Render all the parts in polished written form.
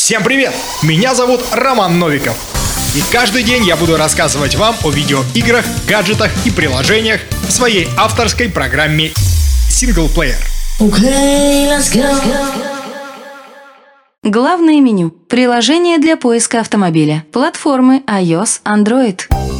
Всем привет! Меня зовут Роман Новиков. И каждый день я буду рассказывать вам о видеоиграх, гаджетах и приложениях в своей авторской программе «Синглплеер». Okay, let's go. Главное меню. Приложение для поиска автомобиля. Платформы iOS, Android.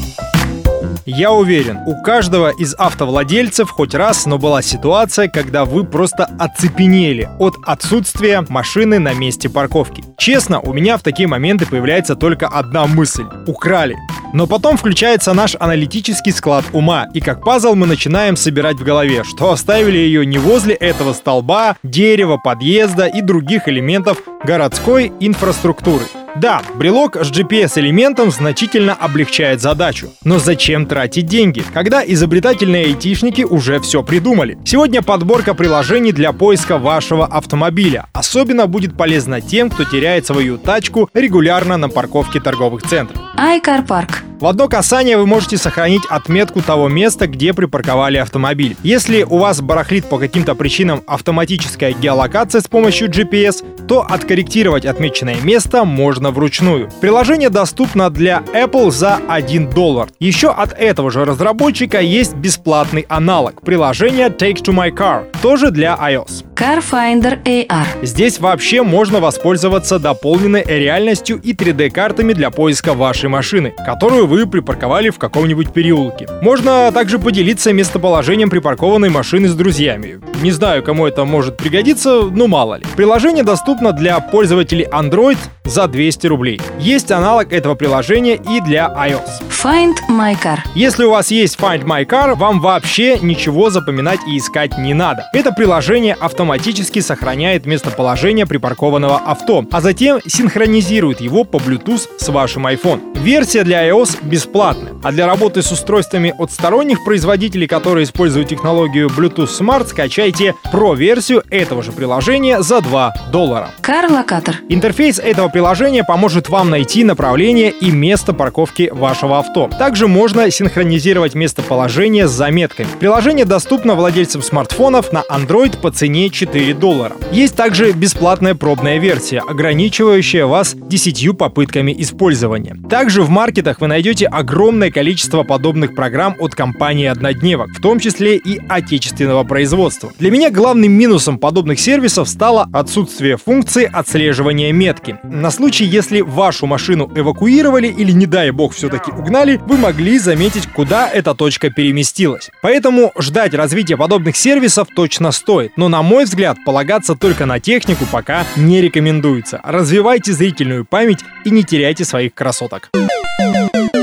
Я уверен, у каждого из автовладельцев хоть раз, но была ситуация, когда вы просто оцепенели от отсутствия машины на месте парковки. Честно, у меня в такие моменты появляется только одна мысль – украли. Но потом включается наш аналитический склад ума, и как пазл мы начинаем собирать в голове, что оставили ее не возле этого столба, дерева, подъезда и других элементов городской инфраструктуры. Да, брелок с GPS-элементом значительно облегчает задачу. Но зачем тратить деньги, когда изобретательные айтишники уже все придумали? Сегодня подборка приложений для поиска вашего автомобиля. Особенно будет полезно тем, кто теряет свою тачку регулярно на парковке торговых центров. iCarPark. В одно касание вы можете сохранить отметку того места, где припарковали автомобиль. Если у вас барахлит по каким-то причинам автоматическая геолокация с помощью GPS, то откорректировать отмеченное место можно вручную. Приложение доступно для Apple за $1. Еще от этого же разработчика есть бесплатный аналог — приложение Take to My Car, тоже для iOS. CarFinder AR. Здесь вообще можно воспользоваться дополненной реальностью и 3D-картами для поиска вашей машины, которую вы припарковали в каком-нибудь переулке. Можно также поделиться местоположением припаркованной машины с друзьями. Не знаю, кому это может пригодиться, но мало ли. Приложение доступно для пользователей Android за $200. Есть аналог этого приложения и для iOS. Find My Car. Если у вас есть Find My Car, вам вообще ничего запоминать и искать не надо. Это приложение автоматически сохраняет местоположение припаркованного авто, а затем синхронизирует его по Bluetooth с вашим iPhone. Версия для iOS бесплатная, а для работы с устройствами от сторонних производителей, которые используют технологию Bluetooth Smart, скачайте Pro-версию этого же приложения за $2. CarLocator. Интерфейс этого приложения поможет вам найти направление и место парковки вашего авто. Также можно синхронизировать местоположение с заметками. Приложение доступно владельцам смартфонов на Android по цене $4. Есть также бесплатная пробная версия, ограничивающая вас 10 попытками использования. Также в маркетах вы найдете огромное количество подобных программ от компании однодневок, в том числе и отечественного производства. Для меня главным минусом подобных сервисов стало отсутствие функции отслеживания метки. На случай, если вашу машину эвакуировали или, не дай бог, все-таки угнали, вы могли заметить, куда эта точка переместилась. Поэтому ждать развития подобных сервисов точно стоит, но, на мой взгляд, полагаться только на технику пока не рекомендуется. Развивайте зрительную память и не теряйте своих красоток.